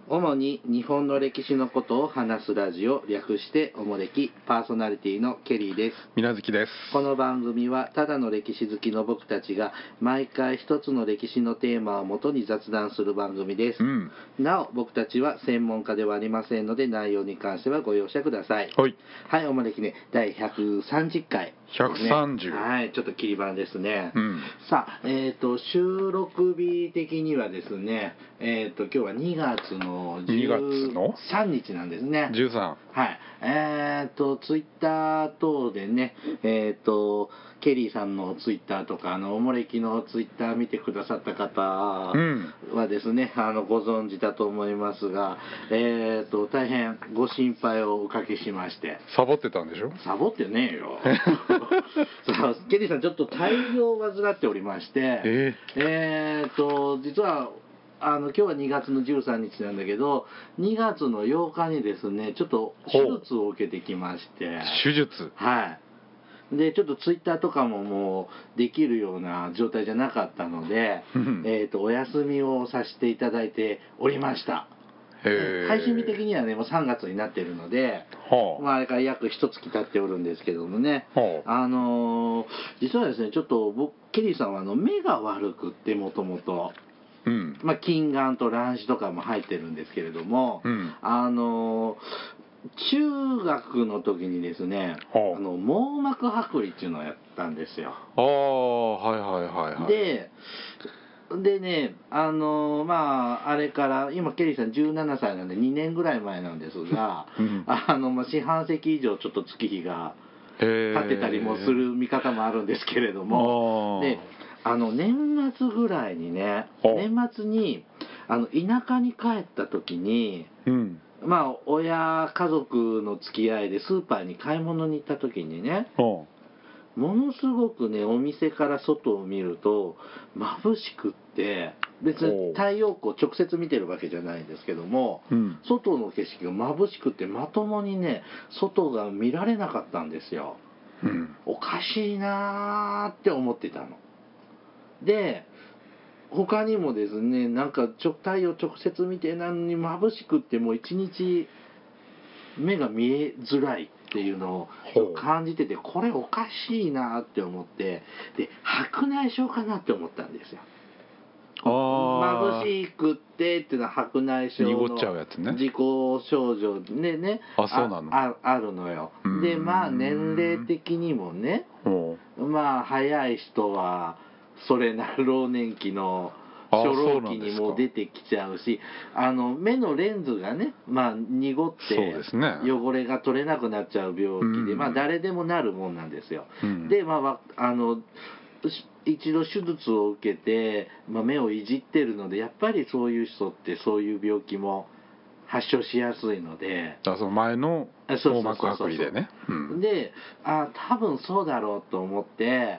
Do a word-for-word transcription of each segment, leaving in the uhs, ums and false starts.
主に日本の歴史のことを話すラジオ、略しておもれき、パーソナリティのケリーです。 みなずきです。 この番組はただの歴史好きの僕たちが毎回一つの歴史のテーマをもとに雑談する番組です、うん、なお僕たちは専門家ではありませんので内容に関してはご容赦ください。はい、はい、おもれきねだいひゃくさんじゅっかい、ね、 ひゃくさんじゅう、 はい、ちょっと切り番ですね、 うん、 さあ、えーと収録日的にはですね、えーと今日はにがつのじゅうさんにちなんですね。 じゅうさん、 はい、えーとツイッター等でね、えーとケリーさんのツイッターとかあのおもれきのツイッター見てくださった方はですね、うん、あのご存知だと思いますが、えーと大変ご心配をおかけしまして。 サボってたんでしょ。 サボってねえよケリーさんちょっと大病を患っておりまして、えー、えーと実はあの今日はにがつのじゅうさんにちなんだけど、にがつのようかにですねちょっと手術を受けてきまして。 手術、 はい。でちょっとツイッターとかももうできるような状態じゃなかったのでえとお休みをさせていただいておりました。配信日的にはねもうさんがつになってるので、はあ、まあ、あれから約いっかげつ経っておるんですけどもね、はあ、あのー、実はですねちょっと僕ケリーさんはあの目が悪くってもともと。うん、まあ、近眼と乱視とかも入ってるんですけれども、うん、あの中学の時にですね、はあ、あの網膜剥離っていうのをやったんですよ。 ああ、はいはいはいはい。 ででね、あのまああれから今ケリーさんじゅうななさいなんでにねんぐらい前なんですが、うん、あのまあ四半世紀以上ちょっと月日が経ってたりもする見方もあるんですけれども、であの年末ぐらいにね、年末にあの田舎に帰った時に、うん、まあ親家族の付き合いでスーパーに買い物に行った時にね、ものすごくねお店から外を見ると眩しくって、別に太陽光直接見てるわけじゃないんですけども、うん、外の景色が眩しくってまともにね外が見られなかったんですよ、うん、おかしいなーって思ってたので、他にもですねなんか太陽直接見てなのに眩しくってもう一日目が見えづらいっていうのを感じてて、これおかしいなって思って、で白内障かなって思ったんですよ。眩しくってっていうのは白内障の自己症状でね、 あそうなのあ, あ, あるのよ。でまあ年齢的にもね、まあ早い人はそれな老年期の初老期にも出てきちゃうし、あの目のレンズがね、まあ、濁って汚れが取れなくなっちゃう病気で、まあ、誰でもなるもんなんですよ。うん、で、まあ、あの一度手術を受けて、まあ、目をいじってるのでやっぱりそういう人ってそういう病気も発症しやすいので、 あその前の網膜剥離でね。 で、あ多分そうだろうと思って、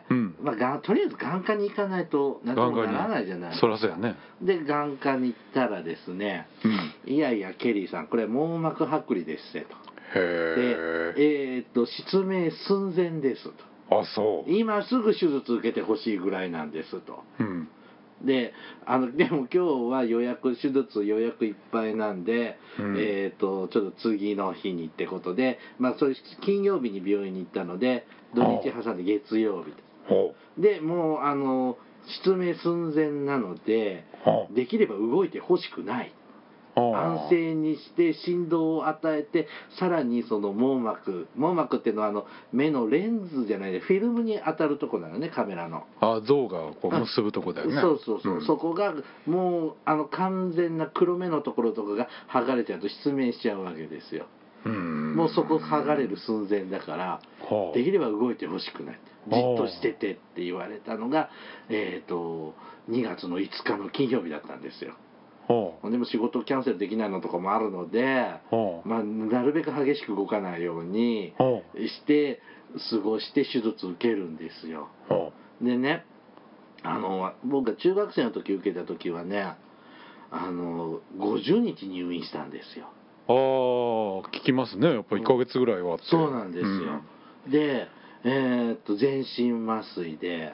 うんまあ、がとりあえず眼科に行かないと何ともならないじゃないですか。 そりゃそうやね。 で眼科に行ったらですね、うん、いやいやケリーさんこれ網膜剥離ですってと。 へでえー、っと失明寸前ですと。 あそう今すぐ手術受けてほしいぐらいなんですと。うんであのでも今日は予約手術予約いっぱいなんで、うん、えー、とちょっと次の日にってことで、まあ、それ金曜日に病院に行ったので土日挟んで月曜日でもうあの失明寸前なのでできれば動いてほしくない、安静にして振動を与えて、さらにその網膜網膜っていうのはあの目のレンズじゃないでフィルムに当たるとこなのね、カメラのあ像がこう結ぶとこだよね。 そうそうそう、うん、そこがもうあの完全な黒目のところとかが剥がれちゃうと失明しちゃうわけですよ。うんもうそこ剥がれる寸前だから、はあ、できれば動いてほしくない、じっとしててって言われたのが、えーとにがつのいつかの金曜日だったんですよ。でも仕事キャンセルできないのとかもあるので、まあ、なるべく激しく動かないようにして過ごして手術受けるんですよ。でねあの僕が中学生の時受けた時はねあのごじゅうにち入院したんですよ。 ああ聞きますね、やっぱりいっかげつぐらいはって。 そうなんですよ、うん、で、えー、っと全身麻酔で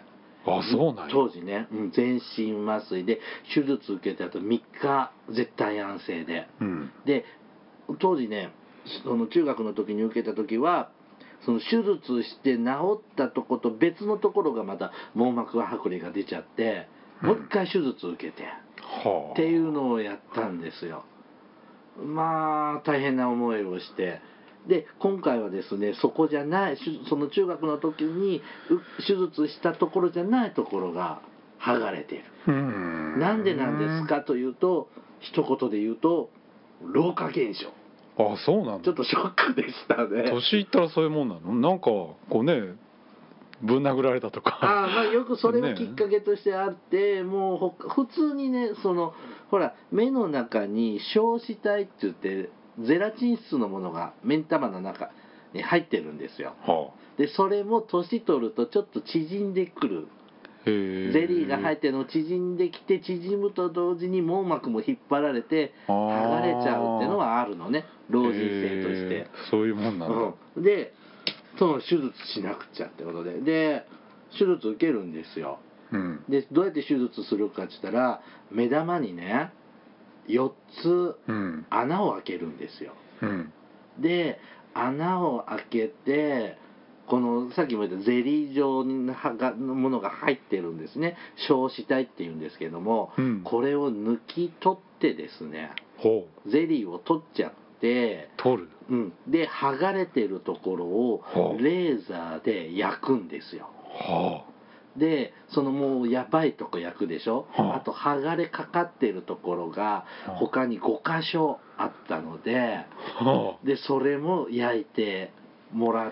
あ、そうなんや。 当時ね、うん、全身麻酔で手術受けた後みっか絶対安静で、 うん、 で当時ね、その中学の時に受けた時はその手術して治ったとこと別のところがまた網膜剥離が出ちゃって、もう一回手術受けて、うん、っていうのをやったんですよ。まあ大変な思いをして、で今回はですね、そこじゃない、その中学の時に手術したところじゃないところが剥がれている。 うーん、 なんでなんですかというと、一言で言うと老化現象。 あ、そうなの。 ちょっとショックでしたね。 年いったらそういうもんなの。なんかこうね、ぶん殴られたとか。 ああ、まあよくそれをきっかけとしてあって、ね、もうほ普通にね、そのほら目の中に硝子体って言ってゼラチン質のものが目ん玉の中に入ってるんですよ。はあ、でそれも年取るとちょっと縮んでくる。ゼリーが入ってるの縮んできて、縮むと同時に網膜も引っ張られて剥がれちゃうっていうのはあるのね、老人性として。 そういうもんなんだ。 うん、でその手術しなくちゃってことで、で手術受けるんですよ。うん、でどうやって手術するかって言ったら、目玉にねよっつ穴を開けるんですよ。うん、で穴を開けて、このさっきも言ったゼリー状のものが入ってるんですね。硝子体っていうんですけども、うん、これを抜き取ってですね、ほうゼリーを取っちゃって取る、 うん、で剥がれてるところをレーザーで焼くんですよ。はあ、でそのもうやばいとこ焼くでしょ、はあ、あと剥がれかかってるところが他にごかしょあったので、はあ、でそれも焼いてもらって、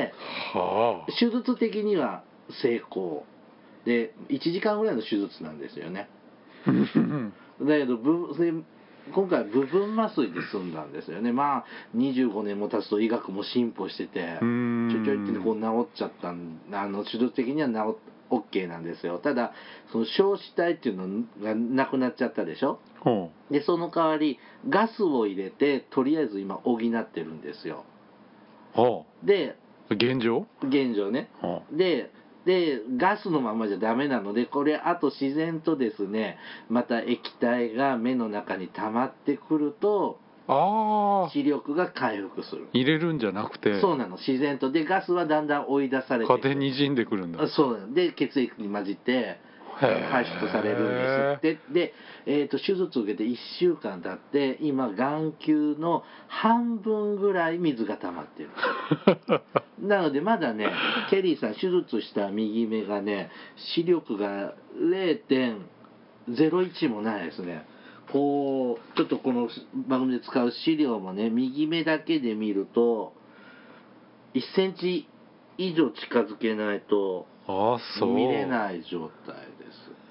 はあ、手術的には成功でいちじかんぐらいの手術なんですよね。だけど今回は部分麻酔で済んだんですよね。まあにじゅうごねんも経つと医学も進歩してて、ちょいちょいってこう治っちゃったん、あの手術的には治 OK なんですよ。ただその硝子体っていうのがなくなっちゃったでしょ。でその代わりガスを入れてとりあえず今補ってるんですよ。で現状現状ね。ででガスのままじゃダメなので、これあと自然とですね、また液体が目の中に溜まってくると、あ視力が回復する。 入れるんじゃなくて、 そうなの、自然と。でガスはだんだん追い出されて勝手に滲んでくるんだ。 そうなので血液に混じって排出されるんです。で、でえー、と手術を受けていっしゅうかん経って今眼球の半分ぐらい水が溜まってるなのでまだね、ケリーさん手術した右目がね、視力が れいてんゼロいち もないですね。こうちょっとこの番組で使う資料もね、右目だけで見るといっセンチ以上近づけないと見れない状態です。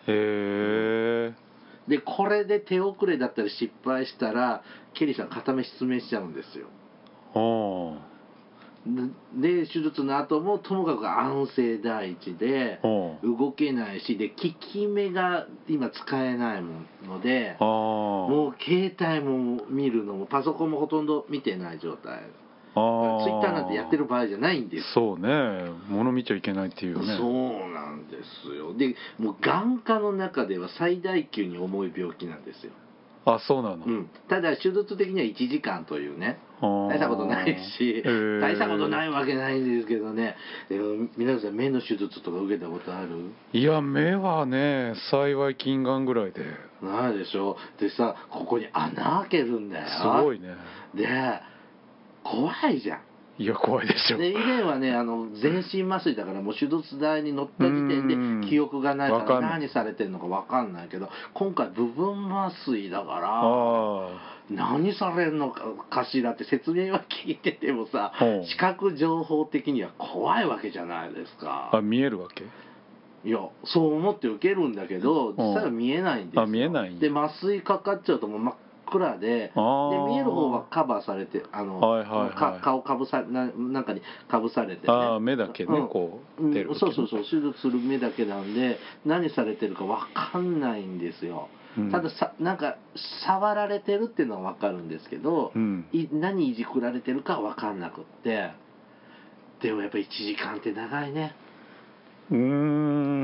へえ。でこれで手遅れだったり失敗したらケリーさん片目失明しちゃうんですよ。はあ。で手術の後もともかく安静第一で動けないし、で利き目が今使えないので、もう携帯も見るのもパソコンもほとんど見てない状態。ツイッターなんてやってる場合じゃないんです。 そうね、物見ちゃいけないっていうね。 そうなんですよ。でもう眼科の中では最大級に重い病気なんですよ。 あ、そうなの。 うん、ただ手術的にはいちじかんというね、大したことないし、大したことないわけないんですけどね。でも皆さん目の手術とか受けたことある？ いや、目はね、幸い近眼ぐらいで。 ないでしょ。でさ、ここに穴開けるんだよ。 すごいね。 で怖いじゃん。 いや怖いでしょ。 で以前はね、あの全身麻酔だからもう手術台に乗った時点で記憶がないから何されてるのか分かんないけど、今回部分麻酔だから何されるのかしらって説明は聞いててもさ、視覚情報的には怖いわけじゃないですか。 あ、見えるわけ？ いや、そう思って受けるんだけど実際は見えないんですよ。 あ、見えない。 で麻酔かかっちゃうともう真っ暗で、で見える方はカバーされて、あの、はいはいはい、か顔かぶさななんかにかぶされて、ね、 あ目だけね、うん、こう出る、 そうそうそう、手術する目だけなんで何されてるか分かんないんですよ。うん、たださなんか触られてるっていうのは分かるんですけど、うん、い何いじくられてるかは分かんなくって、でもやっぱいちじかんって長いね。 うーん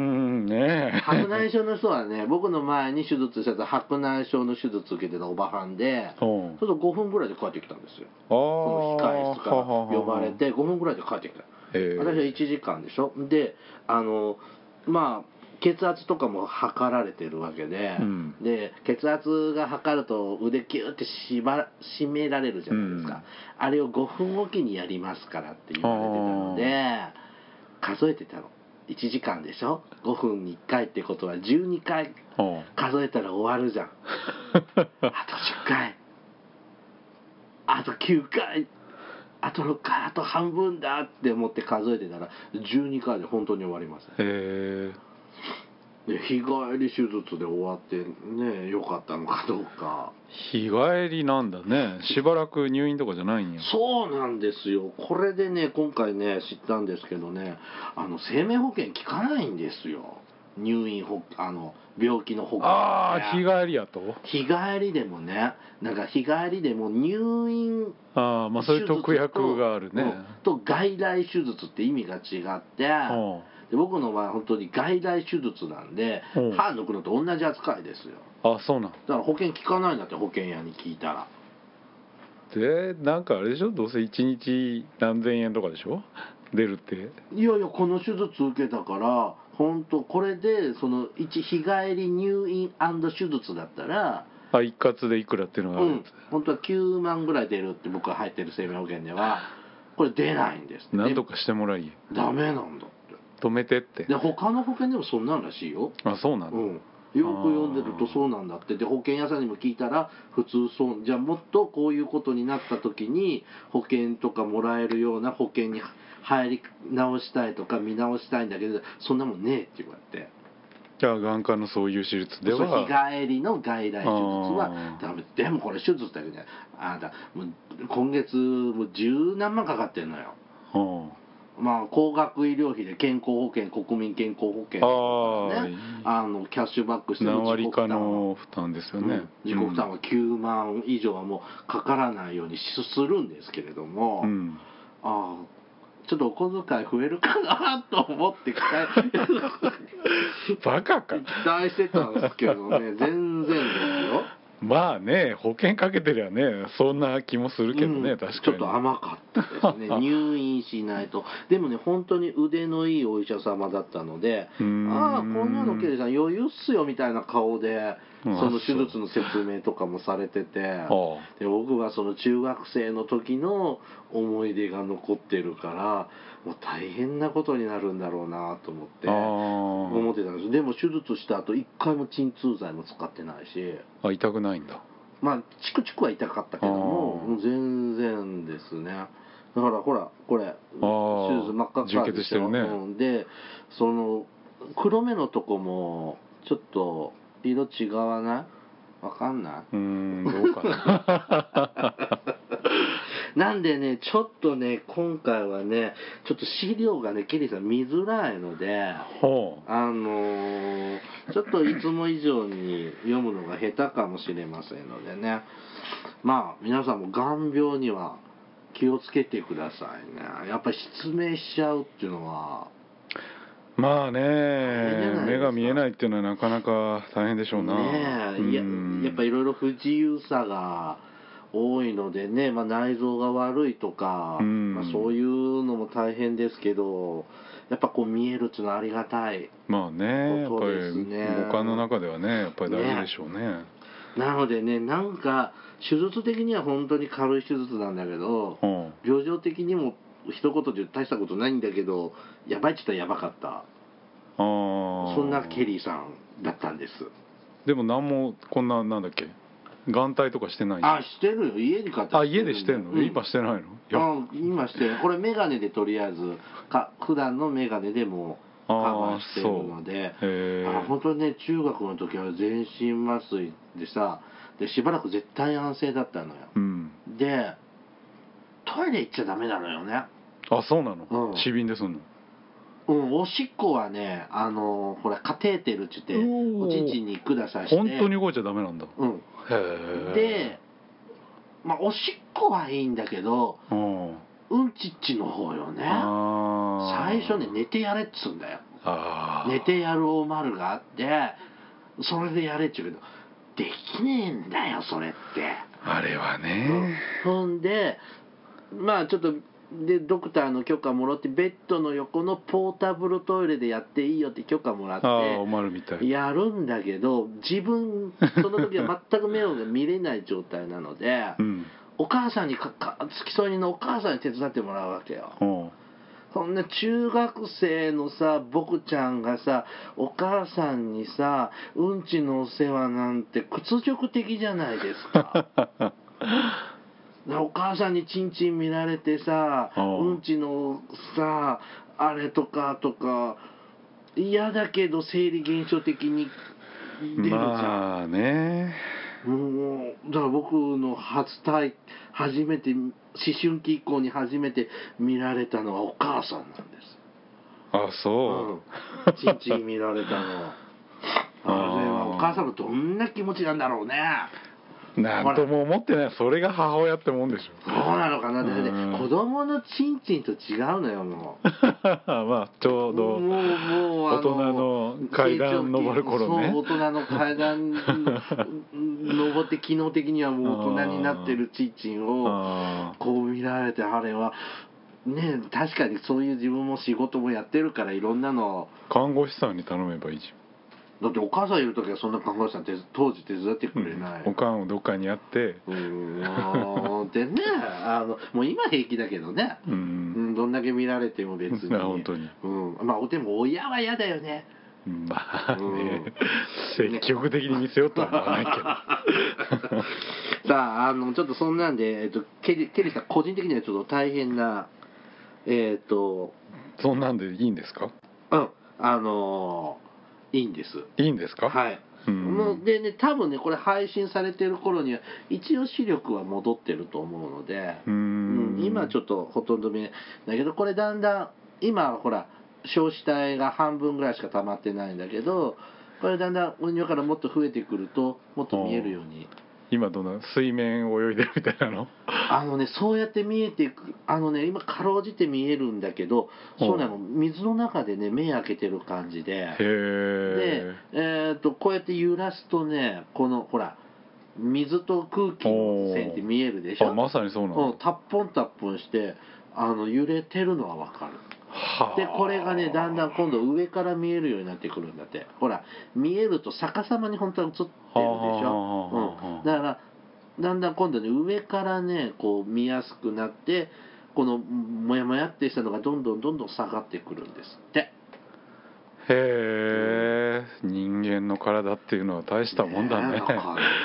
んね白内障の人はね、僕の前に手術したやつ白内障の手術受けてたおばはんで、そうするとごふんぐらいで帰ってきたんですよ。その控え室から呼ばれてごふんぐらいで帰ってきた。私はいちじかんでしょ。で、あのまあ血圧とかも測られてるわけで、うん、で血圧が測ると腕キューって縛締められるじゃないですか、うん、あれをごふんおきにやりますからって言われてたので数えてたの。いちじかんでしょ、ごふんにいっかいってことはじゅうにかい数えたら終わるじゃん。あとじゅっかい、あときゅうかい、あとろっかい、あと半分だって思って数えてたらじゅうにかいで本当に終わります。 へー。 で日帰り手術で終わってね、良かったのかどうか。 日帰りなんだね。しばらく入院とかじゃないんや。 そうなんですよ。これでね今回ね知ったんですけどね、あの生命保険効かないんですよ。入院ほあの病気の保険、ね、 ああ日帰りやと日帰りでもね、なんか日帰りでも入院ああまあそういう特約があるね、 と外来手術って意味が違って、で僕の場合本当に外来手術なんで歯抜くのと同じ扱いですよ。 あそうなんだから保険効かないんだって、保険屋に聞いたら。 でなんかあれでしょ、どうせいちにち何千円とかでしょ出るって。 いやいやこの手術受けたから本当これでその一日帰り入院&手術だったらあ一括でいくらっていうのがあるやつ、うん、 本当はきゅうまんぐらい出るって僕が入ってる生命保険ではこれ出ないんです。 何とかしてもらいダメなんだって。 止めてって。 で他の保険でもそんなんらしいよ。 あそうなの、 うんよく読んでるとそうなんだって。で保険屋さんにも聞いたら普通そうじゃあもっとこういうことになった時に保険とかもらえるような保険に入り直したいとか見直したいんだけどそんなもんねえって言われて。 じゃあ眼科のそういう手術では日帰りの外来手術はダメ。でもこれ手術だけであなたもう今月もう十何万かかってるのよ。まあ高額医療費で健康保険国民健康保険とかね、あのキャッシュバックしても何割かの負担ですよね、うん、 自己負担はきゅうまん以上はもうかからないようにするんですけれども、うん、ああちょっとお小遣い増えるかなと思って期待バカか期待してたんですけどね全然ですよ。 まあね保険かけてりゃねそんな気もするけどね、うん、確かにちょっと甘かったですね入院しないと。でもね本当に腕のいいお医者様だったので「ああこんなのケリーさん余裕っすよ」みたいな顔でその手術の説明とかもされてて、で僕はその中学生の時の思い出が残ってるからもう大変なことになるんだろうなと思って思ってたんです。でも手術した後一回も鎮痛剤も使ってないし。 あ痛くないんだ。 まあチクチクは痛かったけどももう全然ですね。だからほらこれ手術真っ赤っかでしょ、ねうん、でその黒目のとこもちょっと色違わない？わかんない？ うーんどうかななんでねちょっとね今回はねちょっと資料がねケリーさん見づらいのでほうあのー、ちょっといつも以上に読むのが下手かもしれませんのでねまあ皆さんも眼病には気をつけてくださいね。やっぱり失明しちゃうっていうのはまあね目が見えないっていうのはなかなか大変でしょうな。 ねえ、うん、や, やっぱいろいろ不自由さが多いのでね、まあ、内臓が悪いとか、うんまあ、そういうのも大変ですけどやっぱこう見えるっていうのはありがたいまあねことですね。やっぱり五感の中ではねやっぱり大事でしょうね。ねなのでねなんか手術的には本当に軽い手術なんだけど、うん、病状的にも一言で言うと大したことないんだけどやばいって言ったらやばかった。あそんなケリーさんだったんです。 でも何もこんななんだっけ眼帯とかしてない。 あしてるよ家に買ったあ家でしてんの、うん、今してないの。 あ今してるこれメガネでとりあえずか普段のメガネでもカバーしてるのであ本当にね中学の時は全身麻酔でさでしばらく絶対安静だったのよ、うん、でトイレ行っちゃダメなのよね。 あそうなの、うん、死瓶ですんの。 うんおしっこはねあのほらカテーテルって言っておちんちんに管刺して本当に動いちゃダメなんだ。 うんへでまあおしっこはいいんだけどうんちっちの方よね。最初ね寝てやれっつうんだよあ寝てやるおまるがあって、それでやれっちゅうけどできねえんだよそれって。 あれはね、 ほんでまあちょっとでドクターの許可もらってベッドの横のポータブルトイレでやっていいよって許可もらってああおまるみたいやるんだけど、自分その時は全く目を見れない状態なので、 うん、 お母さんにかか付き添いのお母さんに手伝ってもらうわけよ。そんな中学生のさ僕ちゃんがさお母さんにさうんちのお世話なんて屈辱的じゃないですか。お母さんにチンチン見られてさうんちのさあれとかとか嫌だけど生理現象的に出るじゃん。 まあね、 もうだから僕の初体初めて思春期以降に初めて見られたのはお母さんなんです。 あそう、 うん、ちんちん見られたのあれはお母さんもどんな気持ちなんだろうね。 なんとも思ってない。それが母親ってもんでしょ。 そうなのかな。だって子供のチンチンと違うのよもうまあちょうどもうもう大人の階段登る頃ね。 そう大人の階段登って機能的にはもう大人になってるチンチンをこう見られて、あれはね、確かにそういう自分も仕事もやってるからいろんなの看護師さんに頼めばいいじゃん。 だってお母さんいる時はそんな看護師さんって当時手伝ってくれない、 うん、おかんをどっかにやってうーんでねあのもう今平気だけどね、うん、どんだけ見られても別に本当に、 うん、まあでも親は嫌だよね。 まあね、うん、積極的に見せようとは思わないけどさあ、あのちょっとそんなんで、えっと、ケリケリーさん個人的にはちょっと大変なえっとそんなんでいいんですか？ うんあのいいんです。 いいんですか？ はい。もうでね多分ねこれ配信されてる頃には一応視力は戻ってると思うので、 うん、 うん、今ちょっとほとんど見えないけど、これだんだん今ほら硝子体が半分ぐらいしか溜まってないんだけど、これだんだん運動からもっと増えてくるともっと見えるように。 今どんな水面を泳いでるみたいなの？ あのねそうやって見えていく、あのね今かろうじて見えるんだけど、そうなの水の中でね目開けてる感じで、 へで、えー、とこうやって揺らすとねこのほら水と空気の線って見えるでしょ。 あまさにそうなの。 タッポンタッポンしてあの揺れてるのは分かる。でこれがねだんだん今度上から見えるようになってくるんだって。ほら見えると逆さまに本当は映ってるでしょ、うん、だからだんだん今度ね上からねこう見やすくなってこのモヤモヤってしたのがどんどんどんどん下がってくるんですって。 へえ、うん、人間の体っていうのは大したもんだね。ね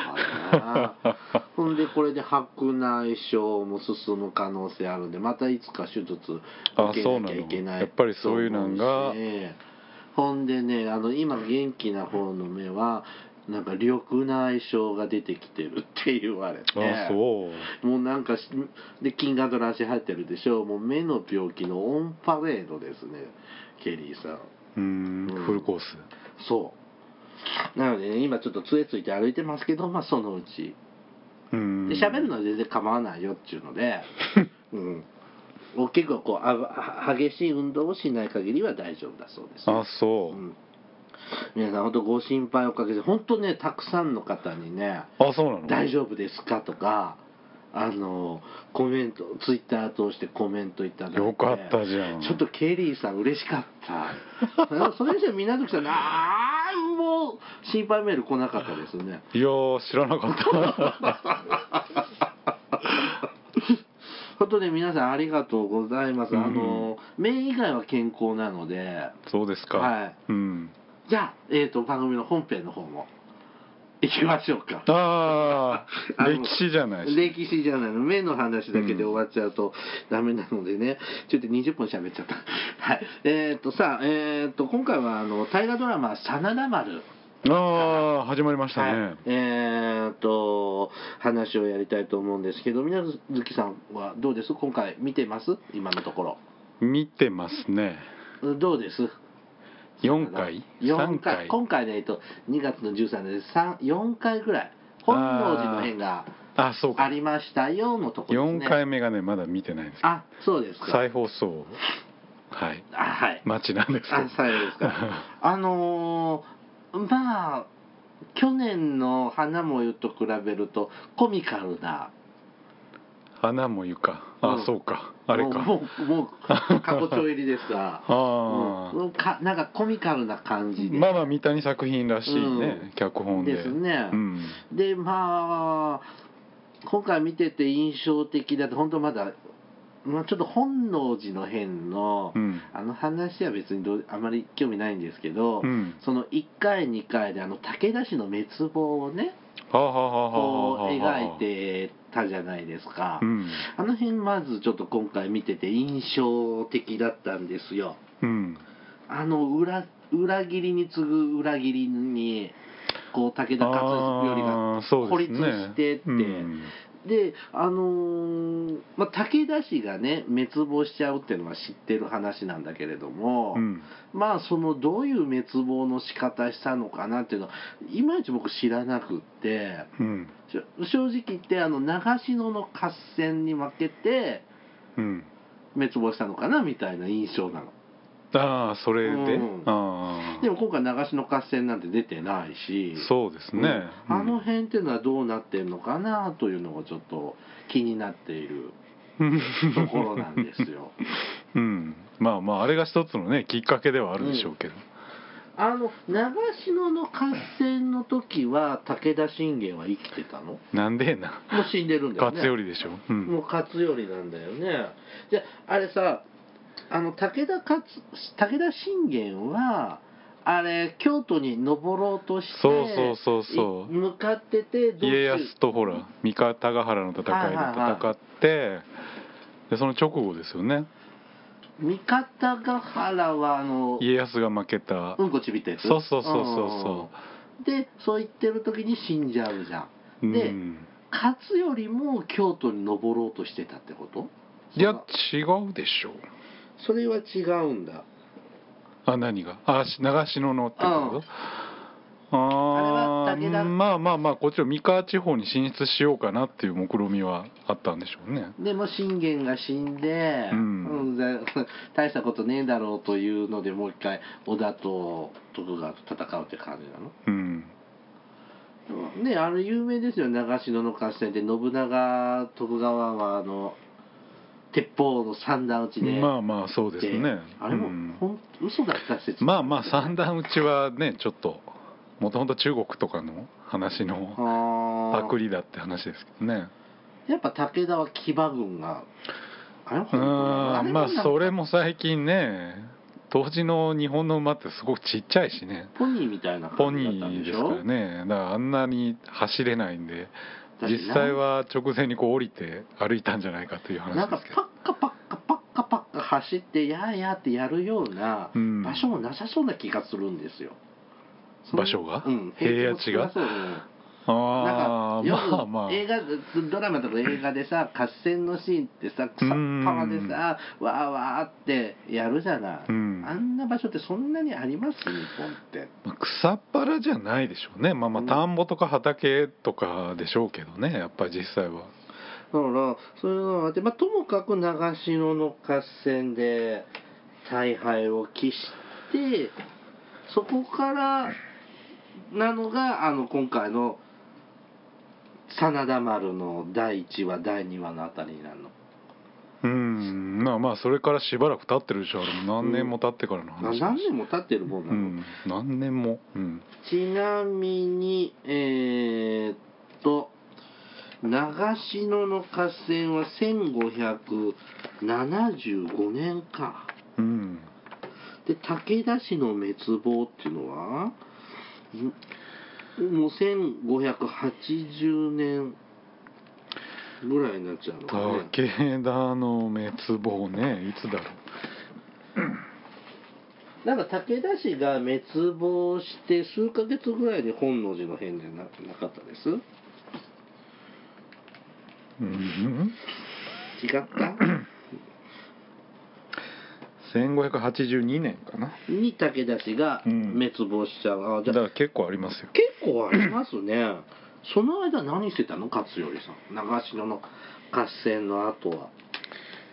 ほんでこれで白内障も進む可能性あるんで、またいつか手術受けなきゃいけない。 やっぱりそういうのが。 ほんでねあの今元気な方の目はなんか緑内障が出てきてるって言われて、 あそうもうなんかで金ガドラ足入ってるでしょ。もう目の病気のオンパレードですねケリーさん。 うーん、うん、フルコース。 そうなのでね今ちょっと杖ついて歩いてますけど、まあそのうちで喋るのは全然構わないよっていうので、うん、結構こうあ激しい運動をしない限りは大丈夫だそうです、 ね、あそう、うん、 皆さん本当ご心配をかけて本当ねたくさんの方にねあそうなの大丈夫ですかとかあのコメントツイッター通してコメントいただいてよかったじゃん。 ちょっとケリーさん嬉しかったそれじゃ皆月さんなんも心配メール来なかったですね。 いや知らなかった本当に皆さんありがとうございます、うん、あの目以外は健康なので。 そうですか、 はい、 うん、 じゃあ、えーと、番組の本編の方も行きましょうか。 ああ歴史じゃないし歴史じゃないの目の話だけで終わっちゃうとダメなのでね、ちょっとにじゅっぷん喋っちゃったはいえっ、ー、とさあえっ、ー、と今回はあの大河ドラマ「真田丸」 ああ始まりましたね、はい、 えっ、ー、と話をやりたいと思うんですけど、皆月さんはどうです？今回見てます？今のところ見てますね。 どうです？ よんかいよんかい今回ね、えっと、にがつのじゅうさんにちでよんかいぐらい本能寺の変がありましたよのところですね。 よんかいめがねまだ見てないんです。 あそうですか。 再放送はい、 あ、はい、 町なんですけど。 あ、そうですか。あのー、まあ去年の花もゆと比べるとコミカルな。 花もゆか、あ、うん、そうか、あれか、 もうもう過去帳入りですがあ、 うん、かなんかコミカルな感じで、 まあまあ三谷作品らしいね、うん、脚本でですね、 うん、 でまあ今回見てて印象的だと本当まだ、まあ、ちょっと本能寺の変の、うん、あの話は別にどうあまり興味ないんですけど、うん、そのいっかいにかいであの武田氏の滅亡をねこう描いてたじゃないですか、うん、あの辺まずちょっと今回見てて印象的だったんですよ、うん、あの 裏, 裏切りに次ぐ裏切りにこう武田勝頼が孤立してって、ね、うん、であのーまあ、武田氏がね滅亡しちゃうっていうのは知ってる話なんだけれども、うん、まあそのどういう滅亡の仕方したのかなっていうのはいまいち僕知らなくって、うん、正直言ってあの長篠の合戦に負けて滅亡したのかなみたいな印象なの。 ああそれで、うん、 あでも今回長篠合戦なんて出てないし、 そうですね、 うん、あの辺っていうのはどうなってるのかなというのがちょっと気になっているところなんですよ、 うん、まあまああれが一つのねきっかけではあるでしょうけど、 うん、あの長篠の合戦の時は武田信玄は生きてたの？ なんでな、 もう死んでるんだよね。 勝頼でしょ、 うん、もう勝頼なんだよね。じゃああれさあの武田勝武田信玄はあれ京都に登ろうとしてそうそうそうそう向かってて家康とほら三方ヶ原の戦いで戦って、はいはいはい、でその直後ですよね。 三方ヶ原はあの家康が負けたうんこちびったやつ。 そうそうそうそうそう、 でそう言ってる時に死んじゃうじゃん。で、うん、勝頼も京都に登ろうとしてたってこと？ いや違うでしょう。 それは違うんだ。 あ、何が？あ、長篠のってこと？ああれは武田まあまあまあこっちの三河地方に進出しようかなっていう目論みはあったんでしょうね。 でも信玄が死んで、うん、大したことねえだろうというのでもう一回織田と徳川と戦うって感じなの？うんね、あれ有名ですよ。長篠の合戦で信長徳川はあの鉄砲の三段撃ちで、 まあまあそうですね。 あれも、うん、ほん嘘だった説、 まあまあ三段撃ちはねちょっともともと中国とかの話のパクリだって話ですけどね。 やっぱ武田は騎馬軍があれ本当なの？まあそれも最近ね当時の日本の馬ってすごくちっちゃいしね、 ポニーみたいな感じだったんでしょ。 ポニーですからね。だからあんなに走れないんで実際は直前にこう降りて歩いたんじゃないかという話ですけど、 なんかパッカパッカパッカパッカ走ってやーやーってやるような場所もなさそうな気がするんですよ、 うん、場所が、 うん、 平野地が、 そう、うん、あなんかまあまあ映画ドラマとか映画でさ合戦のシーンってさ草っぱでさわーわーってやるじゃない、うん、あんな場所ってそんなにあります？日本って、 まあ、草っぱらじゃないでしょうね。まあまあ田んぼとか畑とかでしょうけどね、やっぱり実際は。 だからそういうのがあって、まあ、ともかく長篠の合戦で大敗を喫してそこからなのがあの今回の真田丸のだいいちわだいにわのあたりになるの。 うーんまあまあそれからしばらく経ってるでしょ。あれも何年も経ってからの話、 うん、何年も経ってるもんなの、うん、 何年も、うん、 ちなみにえー、っと長篠の合戦はせんごひゃくななじゅうごねんか、うん、で武田氏の滅亡っていうのはもうせんごひゃくはちじゅうねんぐらいになっちゃうのかね。 武田の滅亡ね、いつだろう。なんか武田氏が滅亡して数ヶ月ぐらいで本能寺の変でななかったです？ うん、 違ったせんごひゃくはちじゅうにねんかなに武田氏が滅亡しちゃう、 うん、あじゃだから結構ありますよ。 結構ありますね。その間何してたの勝頼さん、長篠の合戦の後は。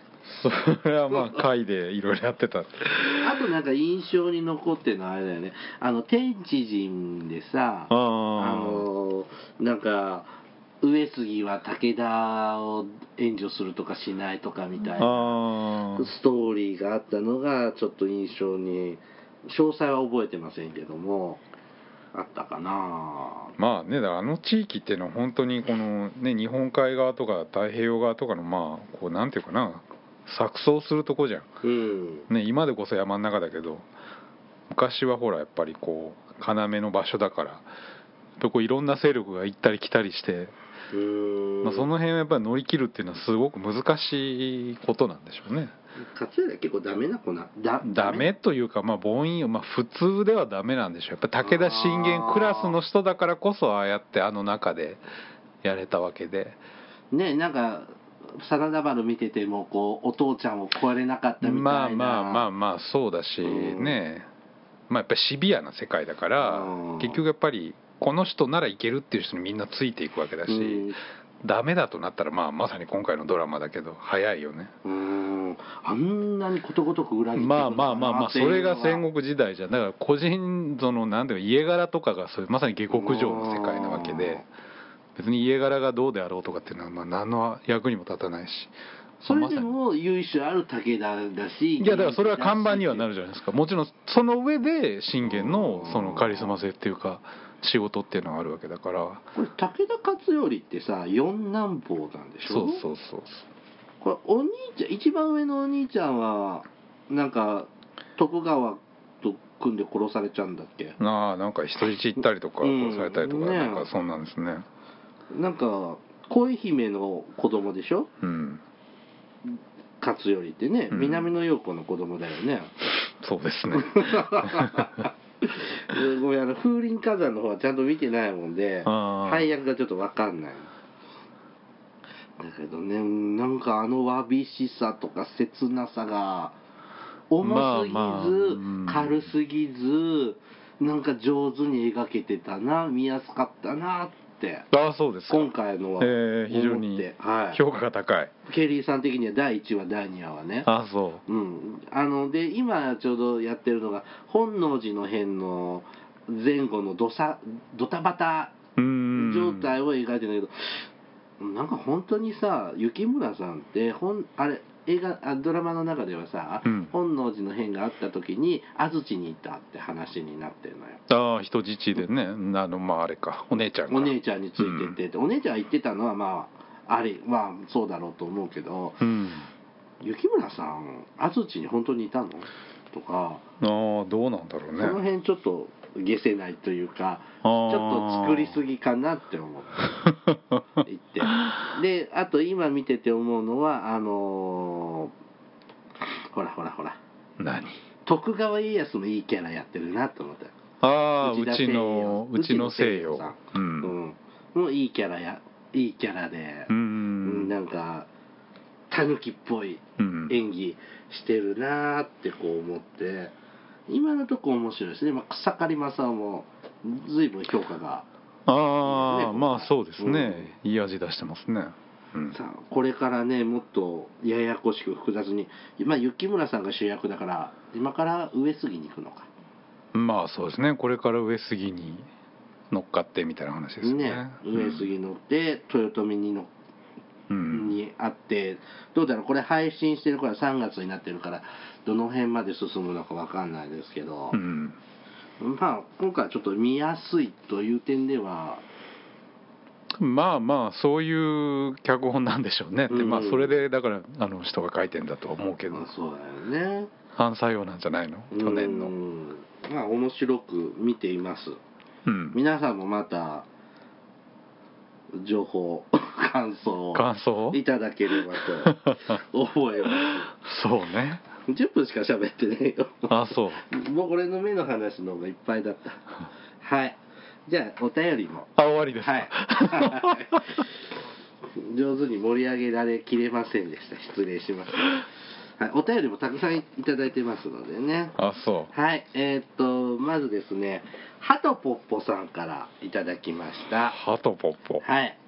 それはまあ会でいろいろやってた。 あとなんか印象に残ってるのはあれだよね、あの天地人でさ、あのなんか上杉は武田を援助するとかしないとかみたいなストーリーがあったのがちょっと印象に、詳細は覚えてませんけどもあったかな。 まあね、だからあの地域っていうのは本当にこのね日本海側とか太平洋側とかのまあこうなんていうかな錯綜するとこじゃん、 うんね、今でこそ山の中だけど昔はほらやっぱりこう要の場所だからこういろんな勢力が行ったり来たりして、 うーん、 まあ、その辺をやっぱり乗り切るっていうのはすごく難しいことなんでしょうね。 勝浦結構ダメな子なだダメというか、まあ、凡庸、まあ、普通ではダメなんでしょう。やっぱ武田信玄クラスの人だからこそああやってあの中でやれたわけでね、なんか真田丸見ててもこうお父ちゃんを超えれなかったみたいな、 まあまあまあまあそうだしね、まあやっぱりシビアな世界だから結局やっぱりこの人ならいけるっていう人にみんなついていくわけだし、ダメだとなったらまあまさに今回のドラマだけど早いよね。 うーん、あんなにことごとく裏切ってくるまあまあまあまあそれが戦国時代じゃん。だから個人そのなんていうか家柄とかがそういうまさに下克上の世界なわけで、別に家柄がどうであろうとかっていうのはまあ何の役にも立たないし、 それでも由緒ある武田だし、 いやだからそれは看板にはなるじゃないですか。もちろんその上で信玄のそのカリスマ性っていうか仕事っていうのがあるわけだから。 これ武田勝頼ってさ四男坊なんでしょ。 そうそうそうそう。 これお兄ちゃん一番上のお兄ちゃんはなんか徳川と組んで殺されちゃうんだっけ。 ああなんか人質行ったりとか殺されたりとか、うんね、なんかそんなんですね。 なんか恋姫の子供でしょ、うん、勝頼ってね、うん、南野陽子の子供だよね。 そうですね。 ごめん、あの風林火山の方はちゃんと見てないもんで配役がちょっと分かんない。だけどね、なんかあのわびしさとか切なさが重すぎず、まあまあうん、軽すぎずなんか上手に描けてたな、見やすかったなって。 ああそうですか。 今回のは、 えー、非常に評価が高い、はい、 ケリーさん的にはだいいちわだいにわはね。 ああそう、 うん、あので今ちょうどやってるのが本能寺の変の前後のドサドタバタ状態を描いてるんだけど、なんか本当にさ雪村さんって本あれ映画あドラマの中ではさ、うん、本能寺の変があった時に安土にいたって話になってるのよ。 ああ人質でね、あのまああれかお姉ちゃんがお姉ちゃんについてって、うん、お姉ちゃんが言ってたのはまああれまあそうだろうと思うけど、うん、雪村さん安土に本当にいたのとか、 ああどうなんだろうね。 その辺ちょっと解せないというかちょっと作りすぎかなって思って言ってで、あと今見てて思うのはあのー、ほらほらほら何徳川家康もいいキャラやってるなと思った。 ああうちのうちの西洋さん、うん、 うん、もういいキャラやいいキャラで、うん、なんかタヌキっぽい演技してるなってこう思って、今のとこ面白いですね。まあ、草刈正雄も随分評価が、 ああ、ね、まあそうですね、うん、いい味出してますね、 うん、さあこれからねもっとややこしく複雑に、まあ雪村さんが主役だから今から上杉に行くのか。 まあそうですね、これから上杉に乗っかってみたいな話ですね。ね、 上杉乗って、うん、豊臣に乗ってうん、にあってどうだろう、これ配信してるからさんがつになってるからどの辺まで進むのか分かんないですけど、うん、まあ今回ちょっと見やすいという点ではまあまあそういう脚本なんでしょうね、うん、まあそれでだからあの人が書いてんだと思うけど、 まあ、そうだよね、 反作用なんじゃないの去年の、 まあ面白く見ています、うん、皆さんもまた情報感想をいただければと思います。 そうね。 じゅっぷんしか喋ってねえよ。 あ、そう。 もうこれの目の話の方がいっぱいだった。はい。じゃあお便りも。 あ、終わりですか。 はい。上手に盛り上げられきれませんでした。失礼しました。はい、お便りもたくさんいただいてますのでね。 あ、そう。 はい。えー、っとまずですね、ハトポッポさんからいただきました。 ハトポッポ。 はい。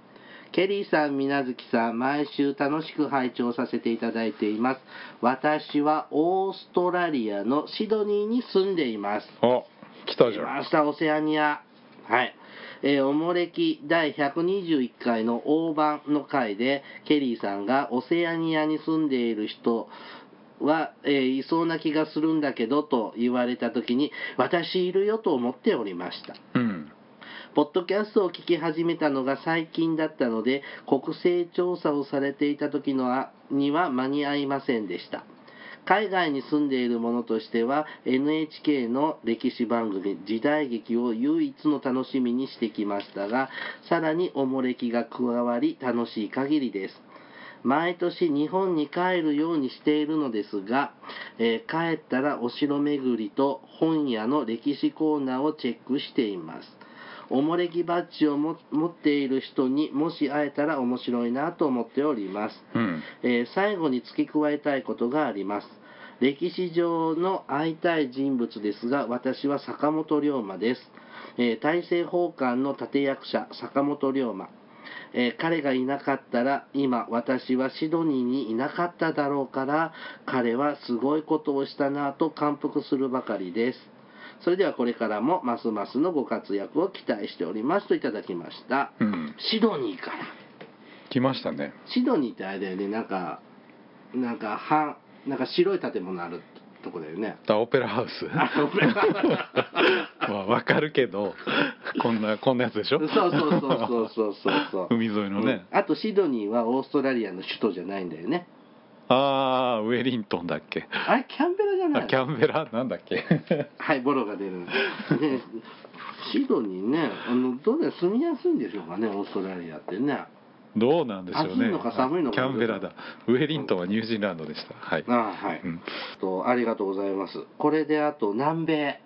ケリーさん、みなずきさん、毎週楽しく拝聴させていただいています。私はオーストラリアのシドニーに住んでいます。 あ、来たじゃん。 来ました、オセアニア。はい。えー、おもれきだいひゃくにじゅういっかいの大盤の回で、ケリーさんがオセアニアに住んでいる人は、えー、いそうな気がするんだけどと言われたときに、私いるよと思っておりました。 うん。 ポッドキャストを聞き始めたのが最近だったので、国勢調査をされていた時のあには間に合いませんでした。海外に住んでいる者としては エヌエイチケー の歴史番組時代劇を唯一の楽しみにしてきましたが、さらにおもれきが加わり楽しい限りです。毎年日本に帰るようにしているのですが、えー、帰ったらお城巡りと本屋の歴史コーナーをチェックしています。おもれきバッジをも持っている人にもし会えたら面白いなと思っております。 うん。 えー最後に付け加えたいことがあります。歴史上の会いたい人物ですが、私は坂本龍馬です。えー大政奉還の立役者、坂本龍馬。えー彼がいなかったら、今、私はシドニーにいなかっただろうから、彼はすごいことをしたなと感服するばかりです。それではこれからもますますのご活躍を期待しておりますといただきました。 うん。 シドニーから。 来ましたね。 シドニーってあれだよね、なんか、なんか、はなんか白い建物あるとこだよね。 オペラハウス。 あオペラハウスまあわかるけど、こんなこんなやつでしょ。 そうそうそうそうそうそうそう海沿いのね、 うん。あとシドニーはオーストラリアの首都じゃないんだよね。 ああ、ウェリントンだっけ。 あれキャンベラじゃないあ、キャンベラなんだっけ。 はいボロが出るんで、ね、シドニーね、あのどうだよ、住みやすいんでしょうかね、オーストラリアってね。 どうなんでしょうね。 暑いのか寒いのか。 キャンベラだ。ウェリントンはニュージーランドでした。はい。 あはい、うん、とありがとうございます。これであと南米。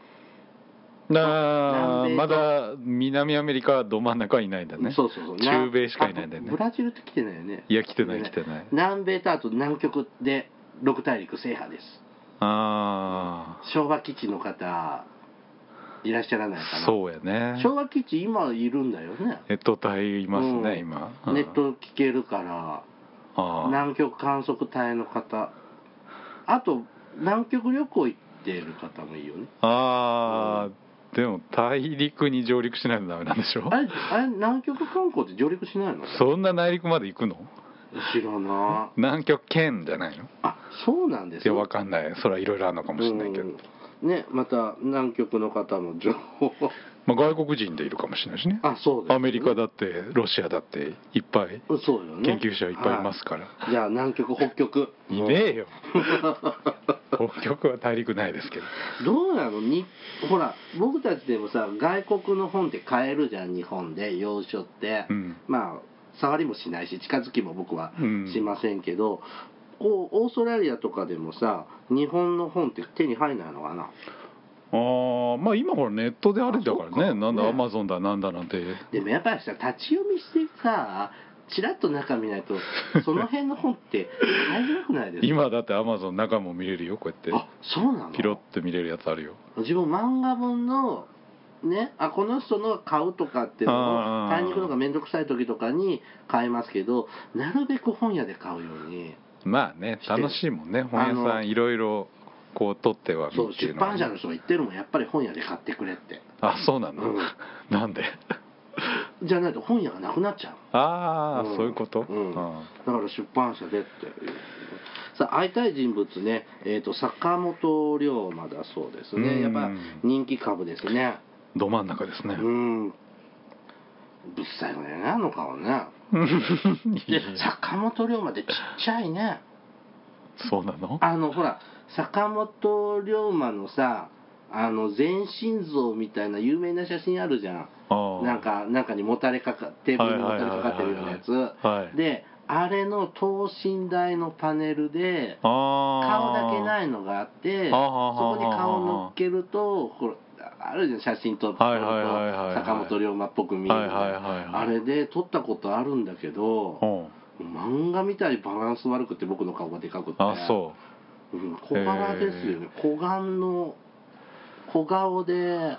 ああ、まだ南アメリカど真ん中はいないんだね。 そうそうそう。 中米しかいないんだよね。 ブラジルって来てないよね。 いや来てない来てない。 南米とあと南極でろく大陸制覇です。 ああ。 昭和基地の方いらっしゃらないかな。 そうやね。 昭和基地今いるんだよね。 ネット隊いますね、うん、今。 ネット聞けるから。あ南極観測隊の方。あと南極旅行行ってる方もいいよね。ああ。うんでも大陸に上陸しないとダメなんでしょ。 あれ、あれ南極観光って上陸しないの？ そんな内陸まで行くの？ 知らな。 南極圏じゃないの？ あ、そうなんですよ。いやわかんない。それはいろいろあるのかもしれないけど。 ね、また南極の方の情報。 まあ外国人でいるかもしれないしね。 あ、そうです、ね。 アメリカだってロシアだっていっぱい。 そうよね。 研究者いっぱいいますから。 はい、じゃあ南極北極。 いねえよ。北極は大陸ないですけど。どうなのに、ほら僕たちでもさ外国の本って買えるじゃん日本で洋書って、うん、まあ触りもしないし近づきも僕はしませんけど、うん、こうオーストラリアとかでもさ日本の本って手に入らないのかな。 あまあ今ほらネットであるんだからね、なんだアマゾンだなんだなんて。 でもやっぱりさ立ち読みしてさチラッと中見ないとその辺の本って買いづらくないですか。 今だってアマゾン中も見れるよこうやって。 あそうなの。 ピロって見れるやつあるよ。 自分漫画本のねあこの人の買うとかっていうのを買いに行くのが面倒くさい時とかに買いますけど、なるべく本屋で買うように。 まあね楽しいもんね本屋さんいろいろこう取っては見てるの、ね、 そう出版社の人が言ってるもんやっぱり本屋で買ってくれって。 あそうなの、うん、なんでじゃないと本屋がなくなっちゃう。 ああ、うん、そういうこと、うん、 だから出版社でってさあ会いたい人物ね、えーと、坂本龍馬だそうですね。やっぱ人気株ですね。 ど真ん中ですね。 うんぶっさいのねあの顔ねで坂本龍馬ってちっちゃいね。 そうなの。あのほら坂本龍馬のさあの全身像みたいな有名な写真あるじゃん。なんか中にもたれかかテーブルにもたれかかってるようなやつ、はい、であれの等身大のパネルで顔だけないのがあってそこに顔乗っけるとほらあるじゃん写真撮ると坂本龍馬っぽく見える、あれで撮ったことあるんだけど漫画みたいにバランス悪くて僕の顔がでかくてあそう、 うん、小柄ですよね。小顔の小顔で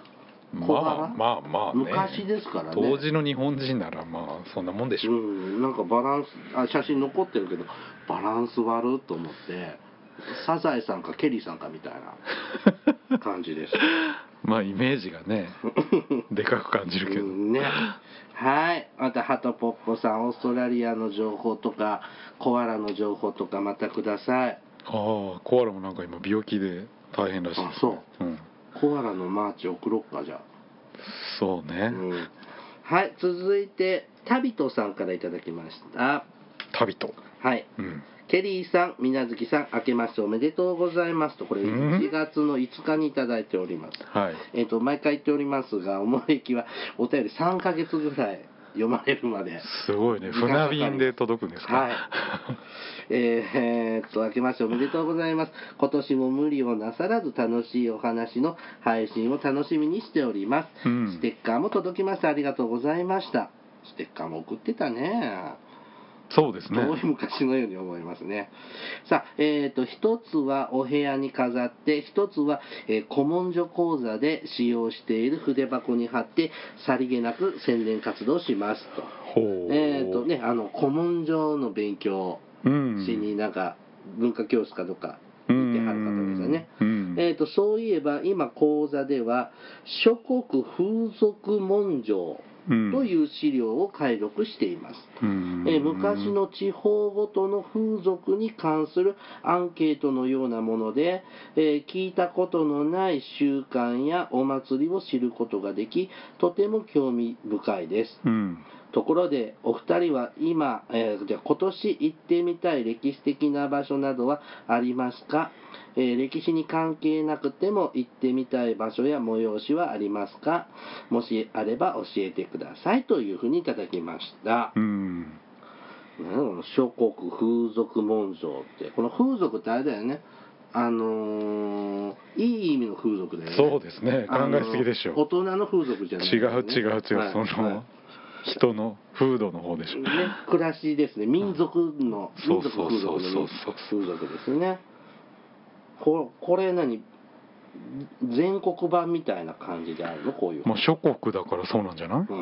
小柄、 まあまあまあね、 昔ですからね。 当時の日本人ならまあそんなもんでしょう、 うん、なんかバランスあ写真残ってるけどバランス悪っと思ってサザエさんかケリーさんかみたいな感じですまあイメージがねでかく感じるけど、 うんね、はい。またハトポッポさんオーストラリアの情報とかコアラの情報とかまたください。 ああコアラもなんか今病気で大変らしいです、ね、 あそう、 うん、 コアラのマーチ送ろっかじゃあ。 そうね、 うん、はい。続いてタビトさんからいただきました。 タビト、 はい、 うん、 ケリーさん、みなずきさん、明けましておめでとうございますと、これいちがつのいつかにいただいております。 はい、 えっと、毎回言っておりますが、おもれきはお便りさんかげつぐらい読まれるまで。 すごいね、船便で届くんですか。 はい。えー、えーっと、明けましておめでとうございます。今年も無理をなさらず楽しいお話の配信を楽しみにしております。うん、ステッカーも届きましてありがとうございました。ステッカーも送ってたね。 そうですね。 遠い昔のように思いますね。さあ、えっと、一つはお部屋に飾って、一つは、えー、古文書講座で使用している筆箱に貼って、さりげなく宣伝活動しますと。えっとね、あの、古文書の勉強しになんか、文化教室かどっか行ってはる方ですよね。えっと、そういえば、今講座では、諸国風俗文書という資料を解読しています。えー、昔の地方ごとの風俗に関するアンケートのようなもので、えー、聞いたことのない習慣やお祭りを知ることができ、とても興味深いです。うん、ところでお二人は今、えー、じゃあ今年行ってみたい歴史的な場所などはありますか？えー、歴史に関係なくても行ってみたい場所や催しはありますか？もしあれば教えてくださいというふうにいただきました。うん、諸国風俗文書ってこの風俗ってあれだよね、あのー、いい意味の風俗だよね。 そうですね、考えすぎでしょ。 大人の風俗じゃない、ね、 違う違う違う、はい、その、はい、人の風土の方でしょ、 ね、暮らしですね、民族の民族風俗の風俗ですね。ここれ何全国版みたいな感じであるの？こういうまあ諸国だからそうなんじゃない？うん、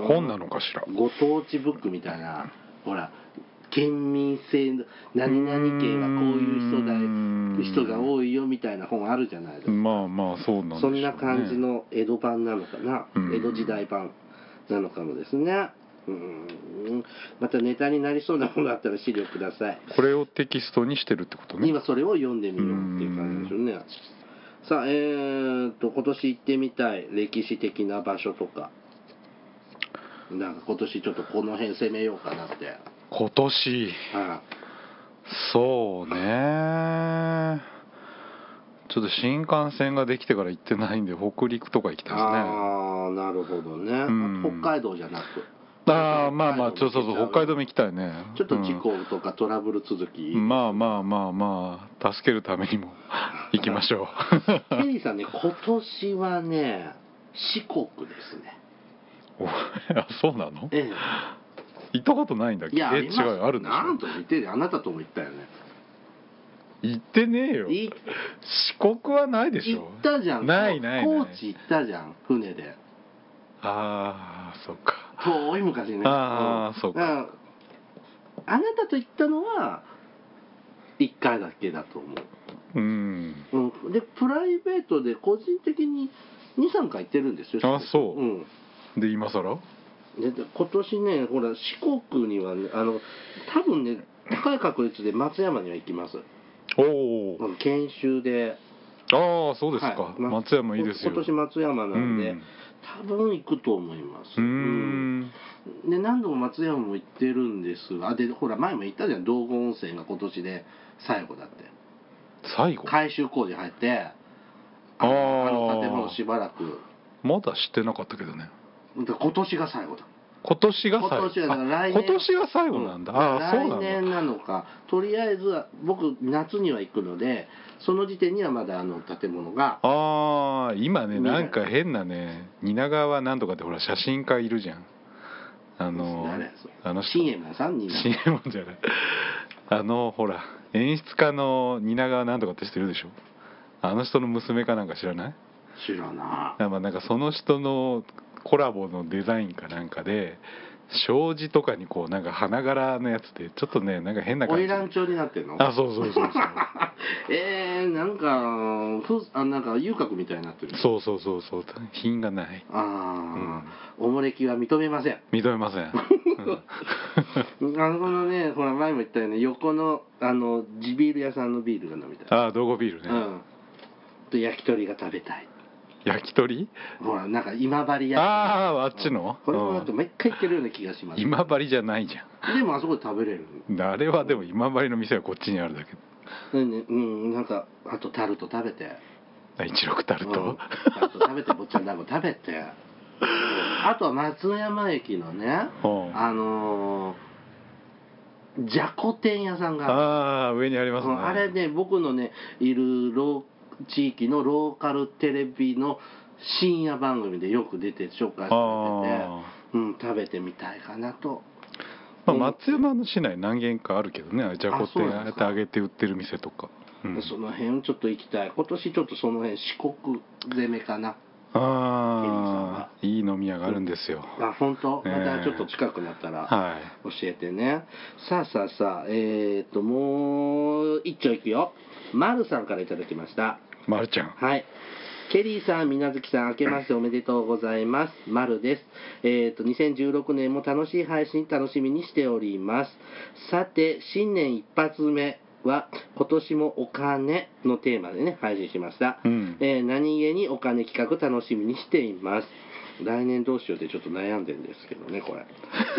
本なのかしら。 ご当地ブックみたいな、ほら県民性の何々県はこういう人だ人が多いよみたいな本あるじゃないですか。 まあまあそうなんでしょうね。 そんな感じの江戸版なのかな、江戸時代版なのかもですね。うん、またネタになりそうなものあったら資料ください。 これをテキストにしてるってことね。 今それを読んでみようっていう感じですよね。さあ、えーと今年行ってみたい歴史的な場所とか、なんか今年ちょっとこの辺攻めようかなって。 今年、はあ、そうね、ちょっと新幹線ができてから行ってないんで北陸とか行きたいですね。 ああ、なるほどね、うん、北海道じゃなく、 ああまあまあちょっと北海道も行きたいね。 ちょっと事故とかトラブル続き、 うん、まあまあまあまあ助けるためにも行きましょうケリーさんね、今年はね四国ですね。 おあそうなの？ええ、行ったことないんだっけ？ いや、 え違う、あるでしょ。 なんとも言ってる、あなたとも言ったよね。 行ってねえよ。四国はないでしょ。 行ったじゃん。 ないないない。 高知行ったじゃん、船で。 ああそっか。 遠い昔ね。 ああ、うん、そうか。 あなたと行ったのはいっかいだけだと思う。うん、うん、でプライベートで個人的ににさんかい行ってるんですよ。 あそう、うん、で今更で今年ね、ほら四国にはね、あの多分ね高い確率で松山には行きます。おお。研修で。 ああそうですか、はい、松山いいですよ。 今年松山なんで、うん、多分行くと思います。うん、で何度も松山も行ってるんですが、でほら前も言ったじゃん、道後温泉が今年で最後だって。 最後？ 改修工事入ってあの、あの建物しばらくまだ知ってなかったけどね。 今年が最後だ。 今年が最後。今年が来年。 今年が最後なんだ。うん、ああそうなんだ。 来年なのか。とりあえずは僕夏には行くので、その時点にはまだあの建物が。 ああ今ねなんか変なね、蜷川なんとかってほら写真家いるじゃん。あのあの人。 新右衛門さんに。 新右衛門じゃない。あのほら演出家の蜷川なんとかって人いるでしょ。あの人の娘かなんか知らない？ 知らない。 まあなんかその人のコラボのデザインかなんかで障子とかにこうなんか花柄のやつでちょっとねなんか変な感じ。 花魁調になってんの？ あ、そうそうそうそうえー、なんかふあなんか遊郭みたいになってる。 そうそうそうそう、品がない。 ああ、うん、おもれきは認めません。 認めません。 うん、あのこのね、ほら前も言ったよね、横のあの地ビール屋さんのビールが飲みたい。 ああ、ドゴビールね。 うん。と焼き鳥が食べたい。 焼き鳥？ ほらなんか今治屋。 ああ、あっちの？ これもなんか毎回行ってるような気がします。 今治じゃないじゃん。でもあそこで食べれる。 あれはでも今治の店はこっちにあるだけ。 うん、うん、なんかあとタルト食べて。 あ、一六タルト。うん、 タルト食べて坊ちゃん団子食べて。あとは松山駅のね、あのー、じゃこ天屋さんがああ、上にありますね。 あれね、僕のねいるロー地域のローカルテレビの深夜番組でよく出て紹介されてて、うん、食べてみたいかなと。 まあ、松山の市内何軒かあるけどね、じゃこ天やって揚げて売ってる店とか、 うん、その辺ちょっと行きたい。今年ちょっとその辺四国攻めかな。 ああ、いい飲み屋があるんですよ。 あ、本当？またちょっと近くなったら教えてね。はい、さあさあさあ、えー、っともう一丁いくよ。まるさんからいただきました。 まるちゃん。 はい。ケリーさん、みなずきさん、明けましておめでとうございます。まるです。えっと、にせんじゅうろくねんも楽しい配信楽しみにしております。さて、新年一発目は、今年もお金のテーマでね、配信しました。うん、えー、何気にお金企画楽しみにしています。来年どうしようってちょっと悩んでるんですけどね、これ。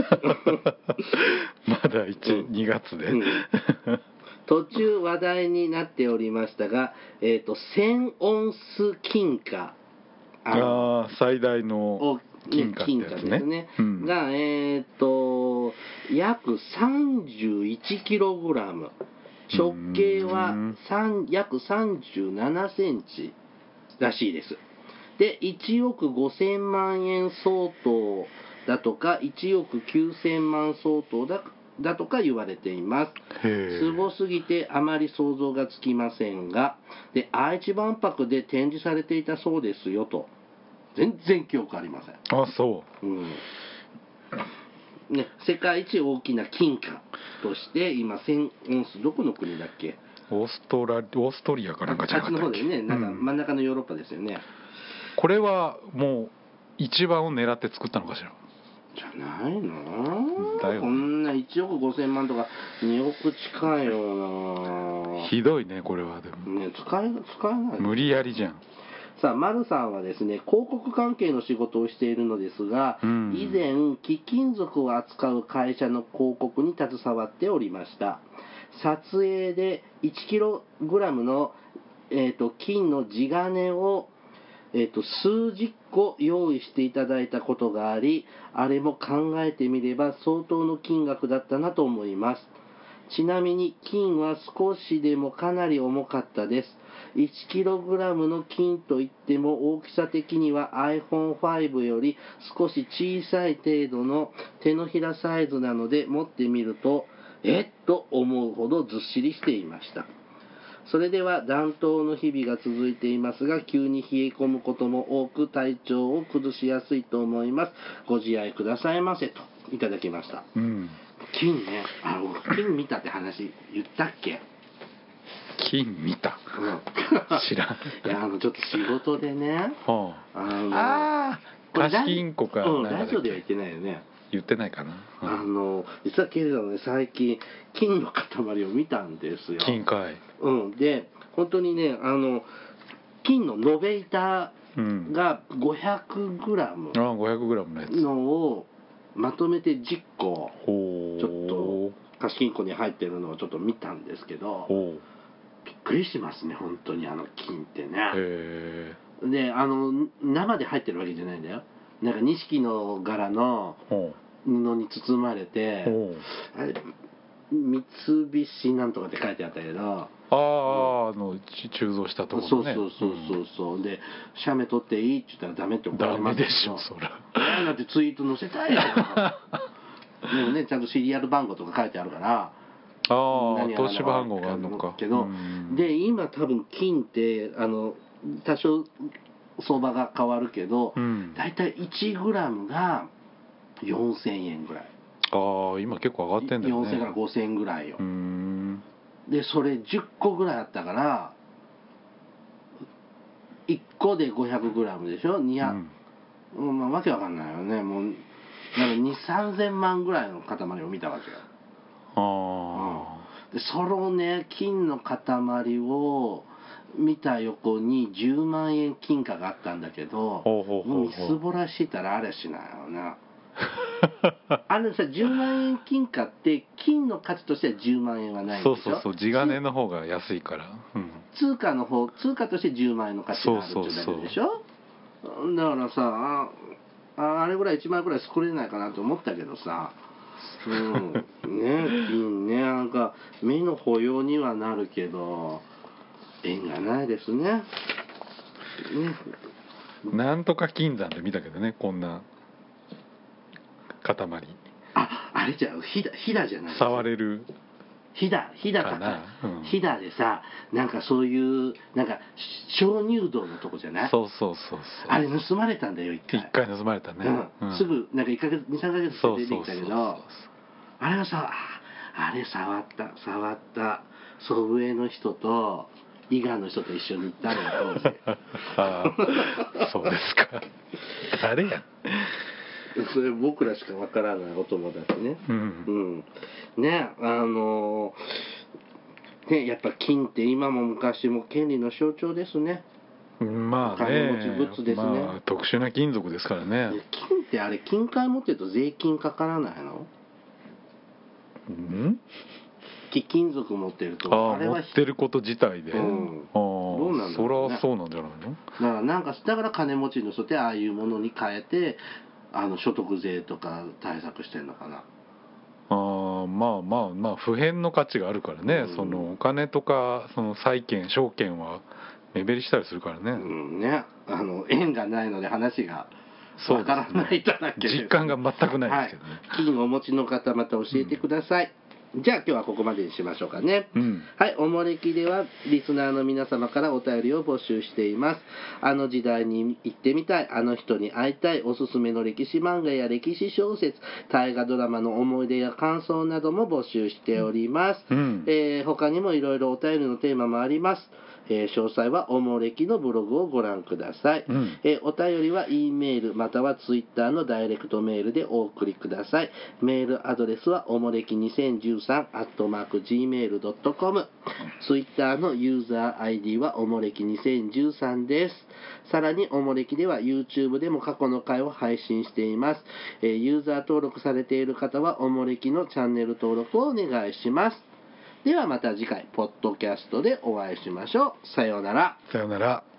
まだいち、うん、にがつで。うん途中話題になっておりましたが、えっと、千オンス金貨。 ああ、最大の金貨ってやつね。 ですね。うん、が、えっと、約さんじゅういちキログラム。直径は約さんじゅうななセンチらしいです。で、いちおくごせんまんえん相当だとか、いちおくきゅうせんまん相当だだとか言われています。すごすぎてあまり想像がつきませんが、で、愛知万博で展示されていたそうですよと。全然記憶ありません。 あ、そう。 うんね、世界一大きな金貨として今せんオンス、どこの国だっけ？ オーストラリオーストリアかなんかじゃなかったっけ？ あっちの方でね、なんか真ん中のヨーロッパですよね。うん、 これはもう一番を狙って作ったのかしら？ じゃないの？だよ、ね、こんないちおくごせんまんとかにおく近いよな。 ひどいね、これは。でもね、使え使えない。 無理やりじゃん。 さあ、丸さんはですね、広告関係の仕事をしているのですが、うん、以前貴金属を扱う会社の広告に携わっておりました。撮影でいちキログラムの、えーと、金の地金をえーと、数十個用意していただいたことがあり、あれも考えてみれば相当の金額だったなと思います。ちなみに金は少しでもかなり重かったです。いちキログラムの金といっても大きさ的には アイフォンファイブ より少し小さい程度の手のひらサイズなので持ってみると、えっと思うほどずっしりしていました。それでは暖冬の日々が続いていますが、急に冷え込むことも多く体調を崩しやすいと思います。ご自愛くださいませといただきました。うん、金ね、あの金見たって話言ったっけ？ 金見た、うん、知らん。 いや、あのちょっと仕事でね、 はあ、 あのあ貸金庫かなんか、うん、ラジオでは言ってないよね。 言ってないかな。 うん、あの実はケイさんね、最近金の塊を見たんですよ。 金塊。 うん、で本当にね、あの金の延べ板がごひゃくグラムのをまとめてじゅっこちょっと貸金庫に入ってるのをちょっと見たんですけど、びっくりしますね、本当にあの金ってね。へで、あの生で入ってるわけじゃないんだよ。なんか錦の柄の布に包まれて、あれ三菱なんとかって書いてあったけど、ああ、うん、あの鋳造したところね。 そうそうそうそう、うん、で写メ撮っていいって言ったらダメって怒られますけど。 ダメでしょそら。 だってツイート載せたいよ。でもね、ちゃんとシリアル番号とか書いてあるから。 ああ、投資番号があるのか。 けど、で今多分金ってあの多少相場が変わるけど、 うん、 だいたいいちグラムがよんせんえんぐらい。 ああ今結構上がってんだよね。 よんせんからごせんえんぐらいよ。 うーんでそれじゅっこぐらいあったからいっこで ごひゃくグラム でしょにひゃく、うん、まあわけわかんないよね。もうなんかにせんさんぜんまんぐらいの塊を見たわけよ。 あ、 うん、でそのね金の塊を見た横にじゅうまんえん金貨があったんだけど、 ほうほうほうほう、 もうみすぼらしたらあれしないよな。あのさじゅうまんえん金貨って金の価値としてはじゅうまんえんはないんでしょ。 そうそうそう地金の方が安いから、うん、 通貨の方通貨としてじゅうまんえんの価値があるっていうだけでしょ。そうそうそうだからさああれぐらいいちまんえんぐらい作れないかなと思ったけどさ、うんね金ねなんか目の保養にはなるけど縁がないですね。ねなんとか金山で見たけどねこんな塊。 ああれじゃひだひだじゃない触れるひだひだかな、 うん、 ひだでさなんかそういうなんか鍾乳洞のとこじゃない。 そうそうそうそうあれ盗まれたんだよ一回。 一回盗まれたね、 うんうん、すぐなんかいっかげつにさんかげつで出てきたけどあれはさあれ触った触った祖父江の人と伊賀の人と一緒に行ったのよ当時。 ああそうですか。誰やそれ僕らしかわからないお友達ね。 うん、 うん、ねあのねやっぱ金って今も昔も権利の象徴ですね。 まあね、 金持ちグッズですね、 まあ、特殊な金属ですからね。 金ってあれ金塊持ってると税金かからないの？ うん貴金属持ってるとああれは持ってること自体で、うん、あどうなんだろう、ね、 そりゃそうなんじゃないの。 だからなんかだから金持ちの人ってああいうものに変えてあの所得税とか対策してるのかな。 あまあまあまあ普遍の価値があるからね、うん、そのお金とかその債券証券は目減りしたりするからね。 うんねあの縁がないので話がわからないだけです、 ね、実感が全くないですけどね、 はい、金をお持ちの方また教えてください、うん、じゃあ今日はここまでにしましょうかね、 うん、 はいおもれきではリスナーの皆様からお便りを募集しています。あの時代に行ってみたい、あの人に会いたい、おすすめの歴史漫画や歴史小説、大河ドラマの思い出や感想なども募集しております、 うんえー、他にもいろいろお便りのテーマもあります。えー、詳細はおもれきのブログをご覧ください、 うんえー、お便りは E メールまたは Twitter のダイレクトメールでお送りください。メールアドレスはおもれきにせんじゅうさん アットマーク ジーメールドットコム、 Twitter のユーザー アイディー はおもれきにせんじゅうさんです。さらにおもれきでは YouTube でも過去の回を配信しています、えー、ユーザー登録されている方はおもれきのチャンネル登録をお願いします。ではまた次回ポッドキャストでお会いしましょう。さようなら。 さようなら。